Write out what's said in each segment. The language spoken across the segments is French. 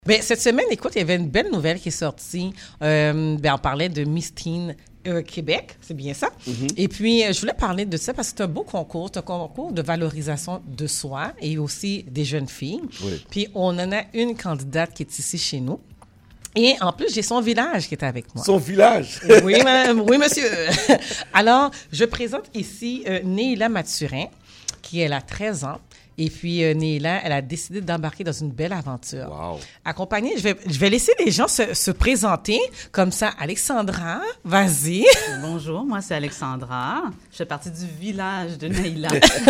Bien, cette semaine, écoute, il y avait une belle nouvelle qui est sortie. On parlait de Miss Teen Québec, c'est bien ça. Mm-hmm. Et puis, je voulais parler de ça parce que c'est un beau concours. C'est un concours de valorisation de soi et aussi des jeunes filles. Oui. Puis, on en a une candidate qui est ici chez nous. Et en plus, j'ai son village qui est avec moi. Son village? Oui, oui, monsieur. Alors, je présente ici Néila Mathurin, qui elle a 13 ans. Et puis, Néila, elle a décidé d'embarquer dans une belle aventure. Wow. Accompagnée, je vais laisser les gens se présenter. Comme ça, Alexandra, vas-y. Bonjour, moi, c'est Alexandra. Je fais partie du village de Néila.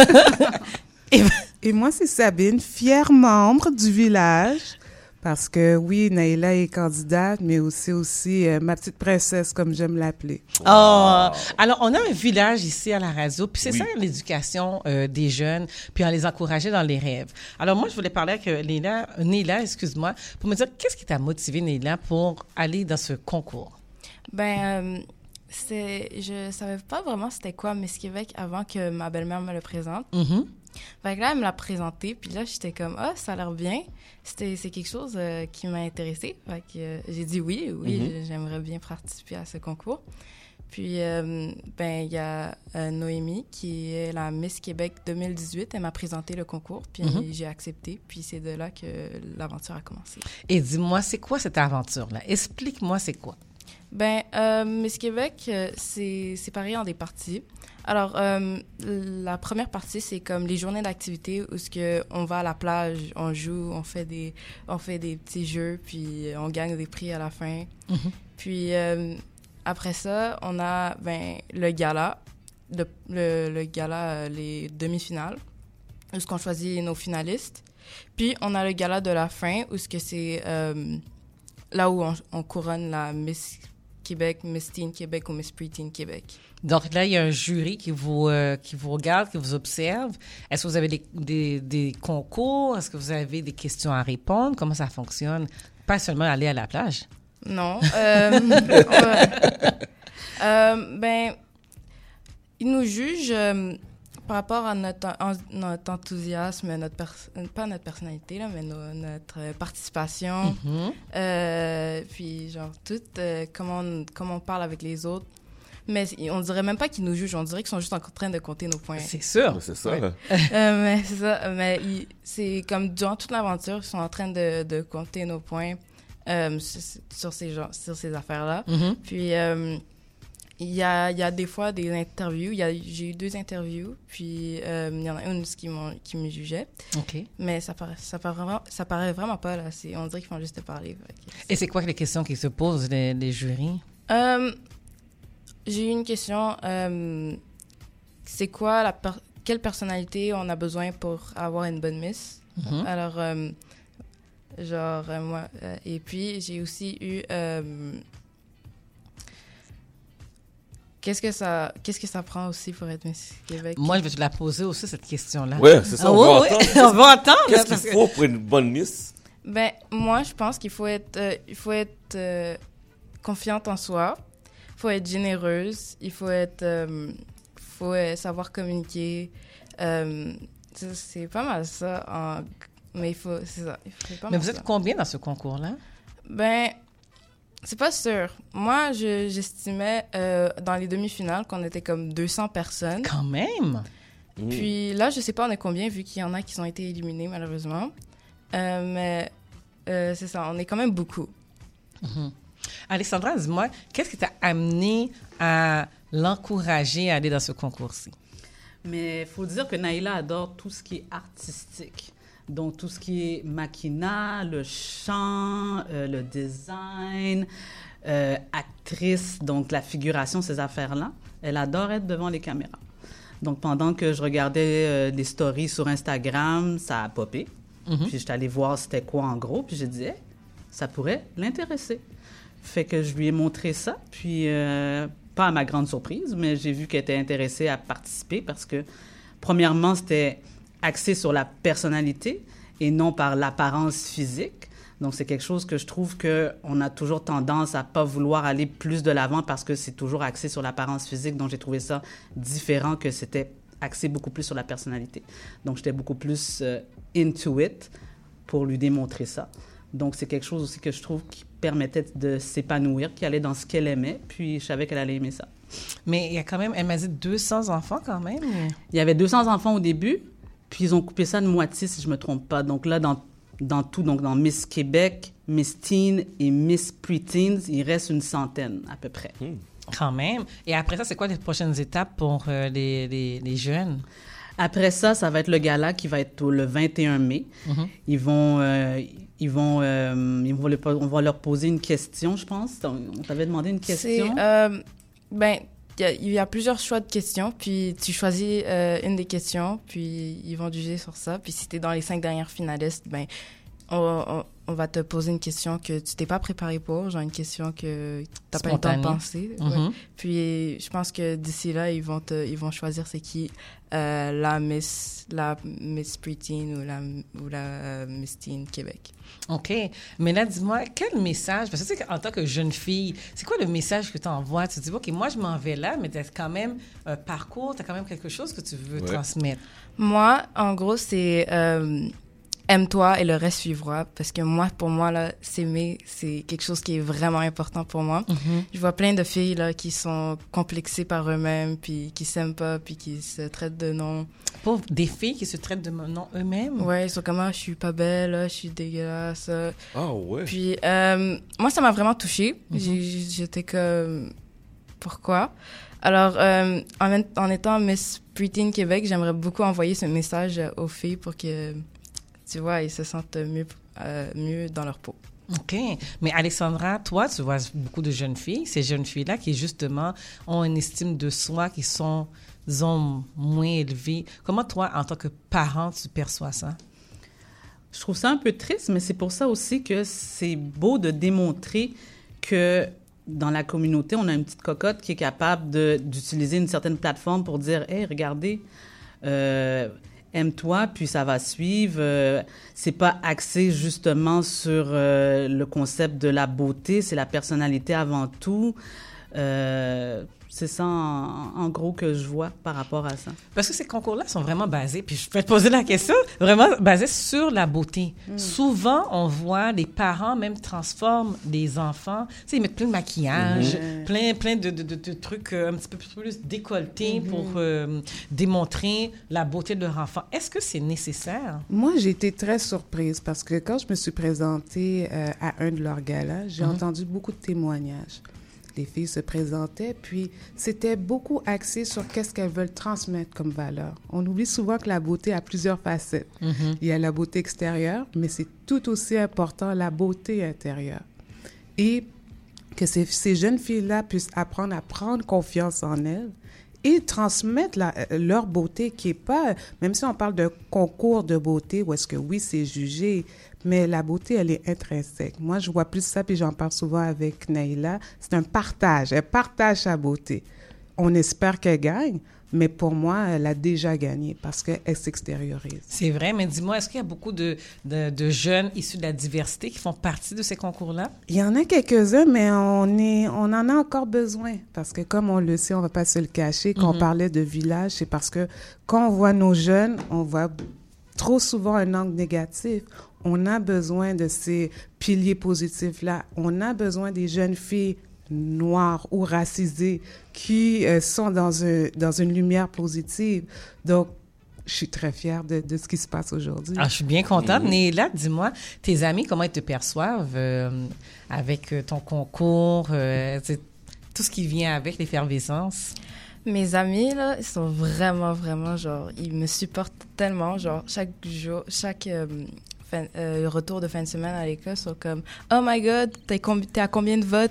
Et moi, c'est Sabine, fière membre du village. Parce que, oui, Néila est candidate, mais aussi ma petite princesse, comme j'aime l'appeler. Oh! Alors, on a un village ici à la radio, puis c'est ça l'éducation des jeunes, puis on les encourager dans les rêves. Alors, moi, je voulais parler avec Néila, excuse-moi, pour me dire, qu'est-ce qui t'a motivé, Néila, pour aller dans ce concours? Je savais pas vraiment c'était quoi Miss Québec avant que ma belle-mère me le présente. Mm-hmm. Fait que là, elle me l'a présenté, puis là, j'étais comme, ça a l'air bien. C'est quelque chose qui m'a intéressée. Fait que j'ai dit oui, j'aimerais bien participer à ce concours. Puis, il y a Noémie, qui est la Miss Québec 2018. Elle m'a présenté le concours, puis j'ai accepté. Puis c'est de là que l'aventure a commencé. Et dis-moi, c'est quoi cette aventure-là? Explique-moi, c'est quoi? Miss Québec, c'est séparé en des parties. Alors, la première partie, c'est comme les journées d'activité où on va à la plage, on joue, on fait des petits jeux, puis on gagne des prix à la fin. Mm-hmm. Puis, après ça, on a le gala, le gala, les demi-finales, où on choisit nos finalistes. Puis, on a le gala de la fin, où c'est là où on couronne la Miss Québec, Miss Teen Québec ou Miss Pre-Teen Québec. Donc là, il y a un jury qui vous regarde, qui vous observe. Est-ce que vous avez des concours? Est-ce que vous avez des questions à répondre? Comment ça fonctionne? Pas seulement aller à la plage. Non. Ils nous jugent par rapport à notre enthousiasme, pas notre personnalité, là, mais notre participation. Mm-hmm. Puis, genre, comment on parle avec les autres. Mais on dirait même pas qu'ils nous jugent, on dirait qu'ils sont juste en train de compter nos points. C'est sûr. C'est ça. Ouais. Mais c'est ça. Mais c'est comme durant toute l'aventure, ils sont en train de compter nos points sur ces affaires-là. Mm-hmm. Puis, il y a des fois des interviews. J'ai eu 2 interviews, puis il y en a une qui me jugeait. OK. Mais ça paraît vraiment pas, là. On dirait qu'ils font juste te parler. Et c'est quoi les questions qui se posent, les jurys? J'ai eu une question. C'est quoi quelle personnalité on a besoin pour avoir une bonne Miss? Mm-hmm. Alors, moi... et puis, j'ai aussi eu... Qu'est-ce que ça prend aussi pour être Miss Québec? Moi, je vais te la poser aussi, cette question-là. Oui, c'est ça. On va entendre. On va entendre. Qu'est-ce qu'il faut pour une bonne Miss? Moi, je pense qu'il faut être confiante en soi. Il faut être généreuse. Il faut savoir communiquer. C'est pas mal ça. Mais c'est ça. Mais vous êtes combien dans ce concours-là? C'est pas sûr. Moi, j'estimais dans les demi-finales qu'on était comme 200 personnes. Quand même! Puis là, je sais pas on est combien, vu qu'il y en a qui ont été éliminés, malheureusement. Mais c'est ça, on est quand même beaucoup. Mm-hmm. Alexandra, dis-moi, qu'est-ce qui t'a amené à l'encourager à aller dans ce concours-ci? Mais il faut dire que Néila adore tout ce qui est artistique. Donc, tout ce qui est maquina, le chant, le design, actrice, donc la figuration, ces affaires-là. Elle adore être devant les caméras. Donc, pendant que je regardais les stories sur Instagram, ça a popé. Mm-hmm. Puis, j'étais allée voir c'était quoi en gros. Puis, j'ai dit, ça pourrait l'intéresser. Fait que je lui ai montré ça. Puis, pas à ma grande surprise, mais j'ai vu qu'elle était intéressée à participer parce que, premièrement, c'était axé sur la personnalité et non par l'apparence physique. Donc, c'est quelque chose que je trouve qu'on a toujours tendance à pas vouloir aller plus de l'avant parce que c'est toujours axé sur l'apparence physique. Donc, j'ai trouvé ça différent que c'était axé beaucoup plus sur la personnalité. Donc, j'étais beaucoup plus into it pour lui démontrer ça. Donc, c'est quelque chose aussi que je trouve qui permettait de s'épanouir, qui allait dans ce qu'elle aimait, puis je savais qu'elle allait aimer ça. Mais il y a quand même, elle m'a dit 200 enfants quand même. Il y avait 200 enfants au début, puis ils ont coupé ça de moitié, si je me trompe pas. Donc là, dans tout, donc dans Miss Québec, Miss Teen et Miss Preteens, il reste une centaine à peu près. Quand même. Et après ça, c'est quoi les prochaines étapes pour les jeunes? Après ça, ça va être le gala qui va être le 21 mai. On va leur poser une question, je pense. On t'avait demandé une question. Il y a plusieurs choix de questions, puis tu choisis une des questions, puis ils vont juger sur ça. Puis si tu es dans les 5 dernières finalistes, on va te poser une question que tu t'es pas préparé pour, genre une question que t'as pas eu le temps de penser. Ouais. Puis je pense que d'ici là, ils vont choisir c'est qui la Miss Preteen ou la Miss Teen Québec. OK. Mais là, dis-moi, quel message, parce que tu sais qu'en tant que jeune fille, c'est quoi le message que tu envoies? Tu te dis, OK, moi, je m'en vais là, mais tu as quand même un parcours, tu as quand même quelque chose que tu veux transmettre. Moi, en gros, c'est aime-toi et le reste suivra. Parce que pour moi, là, s'aimer, c'est quelque chose qui est vraiment important pour moi. Je vois plein de filles, là, qui sont complexées par eux-mêmes, puis qui s'aiment pas, puis qui se traitent de noms. Pauvres, des filles qui se traitent de noms eux-mêmes? Ouais, ils sont comme, je suis pas belle, je suis dégueulasse. Ah ouais. Puis, moi, ça m'a vraiment touchée. J'étais comme, pourquoi? Alors, en étant Miss Preteen Québec, j'aimerais beaucoup envoyer ce message aux filles pour que, tu vois, ils se sentent mieux dans leur peau. OK. Mais Alexandra, toi, tu vois beaucoup de jeunes filles, ces jeunes filles-là qui, justement, ont une estime de soi qui sont, disons, moins élevées. Comment, toi, en tant que parent, tu perçois ça? Je trouve ça un peu triste, mais c'est pour ça aussi que c'est beau de démontrer que dans la communauté, on a une petite cocotte qui est capable d'utiliser une certaine plateforme pour dire « Hey, regardez, aime-toi, puis ça va suivre. » C'est pas axé justement sur le concept de la beauté, c'est la personnalité avant tout. C'est ça, en gros, que je vois par rapport à ça. Parce que ces concours-là sont vraiment basés, puis je vais te poser la question, vraiment basés sur la beauté. Souvent, on voit les parents même transforment les enfants. Tu sais, ils mettent plein de maquillage, plein de trucs un petit peu plus décolletés pour démontrer la beauté de leur enfant. Est-ce que c'est nécessaire? Moi, j'ai été très surprise parce que quand je me suis présentée à un de leurs galas, j'ai entendu beaucoup de témoignages. Les filles se présentaient, puis c'était beaucoup axé sur qu'est-ce qu'elles veulent transmettre comme valeur. On oublie souvent que la beauté a plusieurs facettes. Il y a la beauté extérieure, mais c'est tout aussi important la beauté intérieure. Et que ces jeunes filles-là puissent apprendre à prendre confiance en elles et transmettre leur beauté qui est pas... Même si on parle d'un concours de beauté, où est-ce que oui, c'est jugé, mais la beauté, elle est intrinsèque. Moi, je vois plus ça, puis j'en parle souvent avec Naïla. C'est un partage. Elle partage sa beauté. On espère qu'elle gagne, mais pour moi, elle a déjà gagné parce qu'elle s'extériorise. C'est vrai, mais dis-moi, est-ce qu'il y a beaucoup de jeunes issus de la diversité qui font partie de ces concours-là? Il y en a quelques-uns, mais on en a encore besoin. Parce que comme on le sait, on ne va pas se le cacher, quand on parlait de village, c'est parce que quand on voit nos jeunes, on voit trop souvent un angle négatif. On a besoin de ces piliers positifs-là. On a besoin des jeunes filles noires ou racisées qui sont dans une lumière positive. Donc, je suis très fière de ce qui se passe aujourd'hui. Ah, je suis bien contente. Mais là, dis-moi, tes amis, comment ils te perçoivent avec ton concours, tout ce qui vient avec l'effervescence? Mes amis, là, ils sont vraiment, vraiment, genre, ils me supportent tellement, genre, chaque jour, chaque retour de fin de semaine à l'école, ils sont comme « Oh my God, t'es à combien de votes? »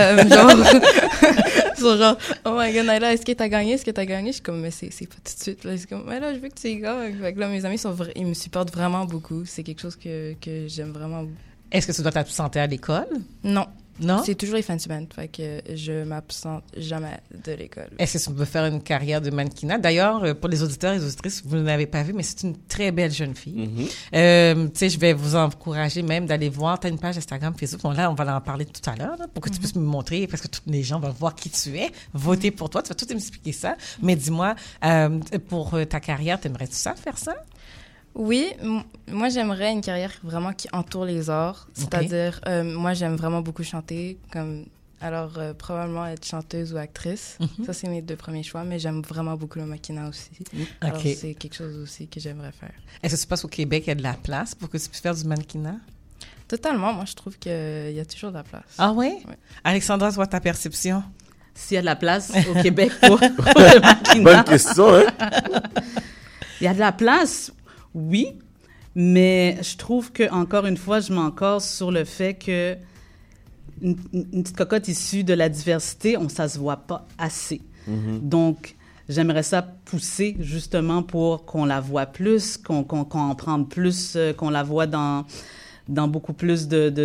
Ils sont genre « Oh my God, Naïla, est-ce que t'as gagné? Est-ce que t'as gagné? » Je suis comme « Mais c'est pas tout de suite. » Là, c'est comme « Mais là, je veux que tu y gagnes. » Fait que là, mes amis, ils me supportent vraiment beaucoup. C'est quelque chose que j'aime vraiment. Est-ce que tu dois t'absenter à l'école? Non. Non? C'est toujours les fins de semaine, fait que je m'absente jamais de l'école. Est-ce que tu veux faire une carrière de mannequinat? D'ailleurs, pour les auditeurs et les auditrices, vous ne l'avez pas vu, mais c'est une très belle jeune fille. Tu sais, je vais vous encourager même d'aller voir. Tu as une page Instagram, Facebook. Bon, là, on va en parler tout à l'heure, là, pour que tu puisses me montrer, parce que tous les gens vont voir qui tu es, voter pour toi. Tu vas tout m'expliquer ça. Mais dis-moi, pour ta carrière, t'aimerais-tu ça, faire ça? Oui, moi j'aimerais une carrière vraiment qui entoure les arts. C'est-à-dire, moi j'aime vraiment beaucoup chanter, alors probablement être chanteuse ou actrice. Ça, c'est mes 2 premiers choix, mais j'aime vraiment beaucoup le mannequinat aussi. Alors c'est quelque chose aussi que j'aimerais faire. Est-ce que tu penses qu'au Québec, il y a de la place pour que tu puisses faire du mannequinat? Totalement, moi je trouve qu'il y a toujours de la place. Ah oui? Oui. Alexandra, toi, ta perception? S'il y a de la place au Québec pour le mannequinat. Bonne question, hein? Il y a de la place, oui, mais je trouve que encore une fois, je m'encore sur le fait que une petite cocotte issue de la diversité, ça se voit pas assez. Donc, j'aimerais ça pousser justement pour qu'on la voit plus, qu'on en prenne plus, qu'on la voit dans beaucoup plus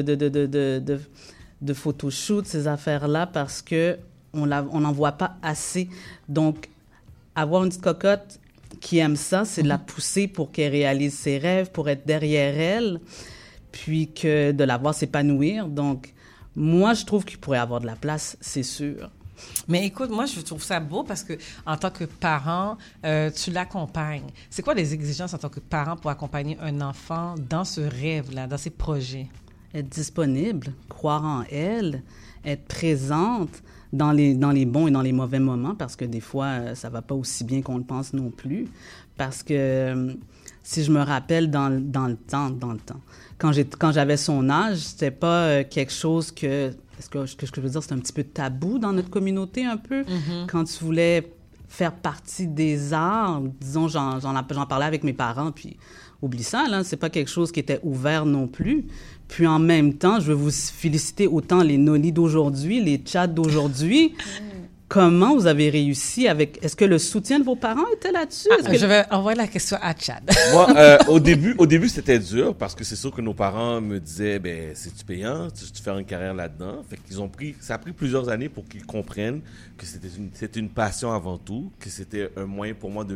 de photoshoots, ces affaires-là, parce que on n'en voit pas assez. Donc, avoir une petite cocotte qui aime ça, c'est de la pousser pour qu'elle réalise ses rêves, pour être derrière elle, puis que de la voir s'épanouir. Donc, moi, je trouve qu'il pourrait avoir de la place, c'est sûr. Mais écoute, moi, je trouve ça beau parce que en tant que parent, tu l'accompagnes. C'est quoi les exigences en tant que parent pour accompagner un enfant dans ce rêve-là, dans ses projets? Être disponible, croire en elle, être présente dans les bons et dans les mauvais moments, parce que des fois, ça va pas aussi bien qu'on le pense non plus. Parce que si je me rappelle dans le temps, quand j'avais son âge, c'était pas quelque chose que... Est-ce que ce que je veux dire, c'est un petit peu tabou dans notre communauté, un peu? Quand tu voulais faire partie des arts, disons, j'en parlais avec mes parents, puis oublie ça, là, c'est pas quelque chose qui était ouvert non plus. Puis en même temps, je veux vous féliciter autant les Noli d'aujourd'hui, les Tchad d'aujourd'hui. Comment vous avez réussi avec... Est-ce que le soutien de vos parents était là-dessus? Je vais envoyer la question à Tchad. Moi, au début, c'était dur parce que c'est sûr que nos parents me disaient, ben, c'est-tu payant? Tu fais une carrière là-dedans? Fait qu'ils ça a pris plusieurs années pour qu'ils comprennent que c'était une passion avant tout, que c'était un moyen pour moi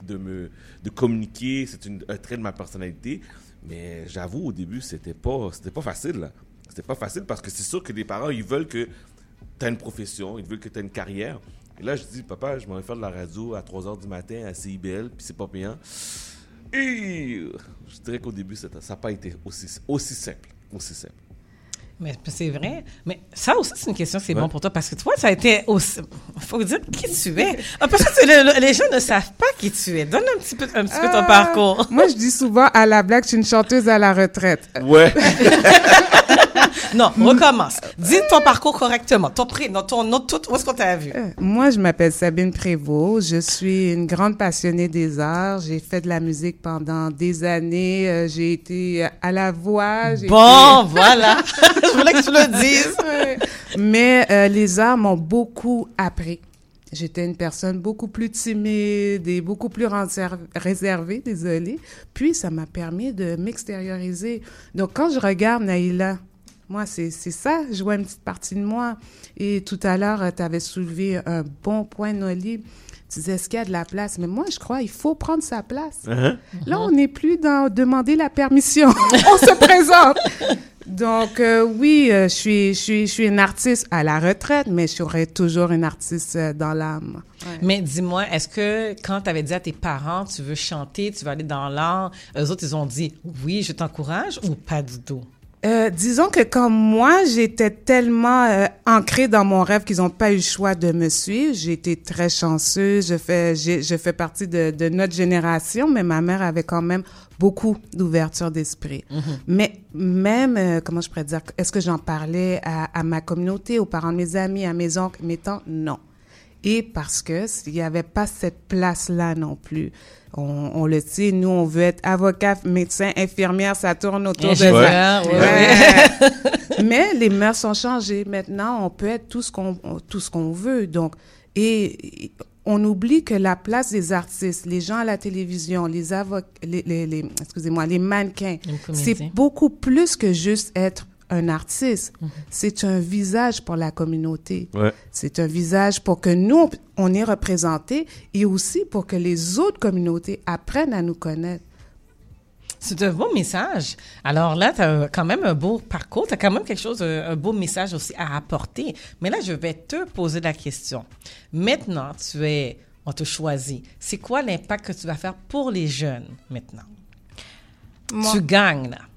de communiquer, c'est un trait de ma personnalité. Mais j'avoue, au début, c'était pas facile, là. C'était pas facile parce que c'est sûr que les parents, ils veulent que tu as une profession, ils veulent que tu aies une carrière. Et là, je dis, papa, je m'en vais faire de la radio à 3 h du matin à CIBL, puis c'est pas payant. Et je dirais qu'au début, ça n'a pas été aussi simple. Mais c'est vrai. Mais ça aussi, c'est une question, c'est bon pour toi, parce que toi, ça a été aussi... Il faut dire qui tu es. Parce que les gens ne savent pas qui tu es. Donne un petit peu ton parcours. Moi, je dis souvent à la blague, je suis une chanteuse à la retraite. Ouais. Non, recommence. Dis ton parcours correctement. Ton prénom, ton nom, tout. Où est-ce qu'on t'a vu? Moi, je m'appelle Sabine Prévost. Je suis une grande passionnée des arts. J'ai fait de la musique pendant des années. J'ai été à la voix. Voilà. Je voulais que tu le dises. Mais les arts m'ont beaucoup appris. J'étais une personne beaucoup plus timide et beaucoup plus réservée, désolée. Puis, ça m'a permis de m'extérioriser. Donc, quand je regarde Naïla, moi, c'est ça, je vois une petite partie de moi. Et tout à l'heure, tu avais soulevé un bon point, Noli. Tu disais, est-ce qu'il y a de la place? Mais moi, je crois qu'il faut prendre sa place. Là, on n'est plus dans demander la permission. On se présente. Donc, oui, je suis une artiste à la retraite, mais je serai toujours une artiste dans l'âme. Ouais. Mais dis-moi, est-ce que quand tu avais dit à tes parents, tu veux chanter, tu veux aller dans l'art, eux autres, ils ont dit, oui, je t'encourage ou pas du tout? Disons que comme moi, j'étais tellement ancrée dans mon rêve qu'ils n'ont pas eu le choix de me suivre. J'ai été très chanceuse. Je fais partie de notre génération, mais ma mère avait quand même beaucoup d'ouverture d'esprit. Mais même, comment je pourrais dire, est-ce que j'en parlais à ma communauté, aux parents de mes amis, à mes oncles, mes tantes? Non. Et parce que il n'y avait pas cette place-là non plus. On le sait, nous, on veut être avocat, médecin, infirmière, ça tourne autour de ça. Ouais. Mais les mœurs sont changées. Maintenant, on peut être tout ce qu'on veut. Donc, et on oublie que la place des artistes, les gens à la télévision, les avocats, les mannequins, c'est beaucoup plus que juste être un artiste. C'est un visage pour la communauté. Ouais. C'est un visage pour que nous, on est représentés et aussi pour que les autres communautés apprennent à nous connaître. C'est un beau message. Alors là, tu as quand même un beau parcours, tu as quand même quelque chose, un beau message aussi à apporter. Mais là, je vais te poser la question. Maintenant, on te choisit. C'est quoi l'impact que tu vas faire pour les jeunes maintenant? Tu gagnes, là.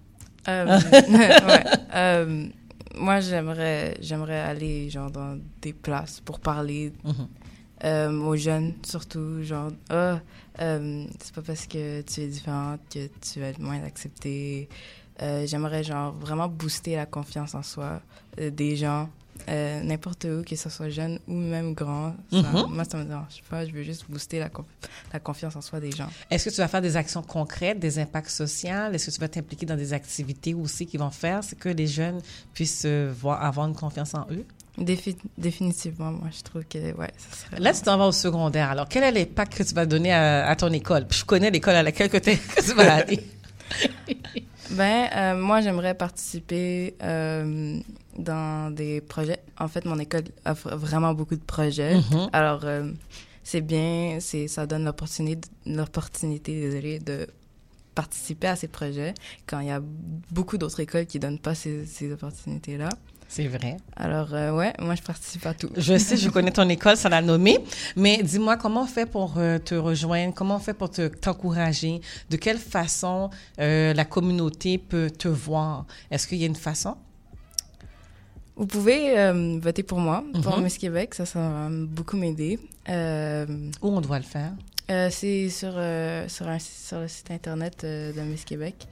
Ouais. Moi, j'aimerais aller genre dans des places pour parler aux jeunes, surtout genre c'est pas parce que tu es différente que tu vas être moins acceptée. J'aimerais genre vraiment booster la confiance en soi des gens, n'importe où, que ce soit jeune ou même grand. Moi, ça me dérange pas. Je veux juste booster la confiance en soi des gens. Est-ce que tu vas faire des actions concrètes, des impacts sociaux? Est-ce que tu vas t'impliquer dans des activités aussi qui vont faire c'est que les jeunes puissent avoir une confiance en eux? Définitivement, moi, je trouve que, ouais, ça serait... Là, tu t'en vas au secondaire. Alors, quel est l'impact que tu vas donner à ton école? Puis je connais l'école à laquelle que tu vas aller. Moi, j'aimerais participer dans des projets. En fait, mon école offre vraiment beaucoup de projets. Alors, c'est bien, ça donne l'opportunité, désolé, de participer à ces projets quand il y a beaucoup d'autres écoles qui donnent pas ces opportunités-là. C'est vrai. Alors, ouais, moi, je participe à tout. Je sais, je connais ton école, ça l'a nommé. Mais dis-moi, comment on fait pour te rejoindre? Comment on fait pour t'encourager? De quelle façon la communauté peut te voir? Est-ce qu'il y a une façon? Vous pouvez voter pour moi, pour Miss Québec. Ça va beaucoup m'aider. Où on doit le faire? C'est sur le site Internet de Miss Québec.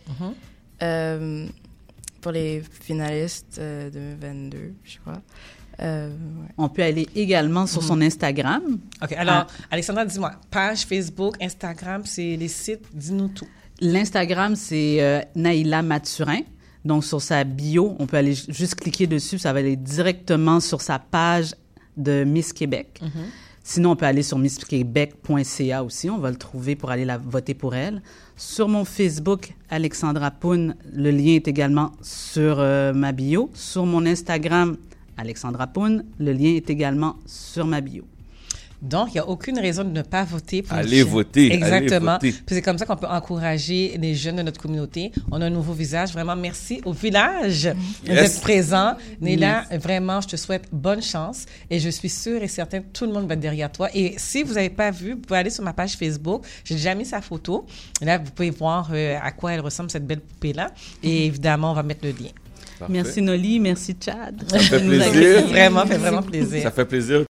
Pour les finalistes 2022, je crois. Ouais. On peut aller également sur son Instagram. OK. Alors, Alexandra, dis-moi, page Facebook, Instagram, c'est les sites, dis-nous tout. L'Instagram, c'est Naïla Mathurin. Donc, sur sa bio, on peut aller juste cliquer dessus. Ça va aller directement sur sa page de Miss Québec. Sinon, on peut aller sur missquebec.ca aussi. On va le trouver pour aller voter pour elle. Sur mon Facebook, Alexandra Poun, le lien est également sur ma bio. Sur mon Instagram, Alexandra Poun, le lien est également sur ma bio. Donc, il n'y a aucune raison de ne pas voter pour Allez voter. Exactement. Allez voter. Puis c'est comme ça qu'on peut encourager les jeunes de notre communauté. On a un nouveau visage. Vraiment, merci au village d'être présent. Néla, vraiment, je te souhaite bonne chance et je suis sûre et certaine que tout le monde va être derrière toi. Et si vous n'avez pas vu, vous pouvez aller sur ma page Facebook. J'ai déjà mis sa photo. Là, vous pouvez voir à quoi elle ressemble, cette belle poupée-là. Et évidemment, on va mettre le lien. Parfait. Merci Noli, merci Chad. Ça fait plaisir. Vraiment, fait vraiment plaisir. Ça fait plaisir.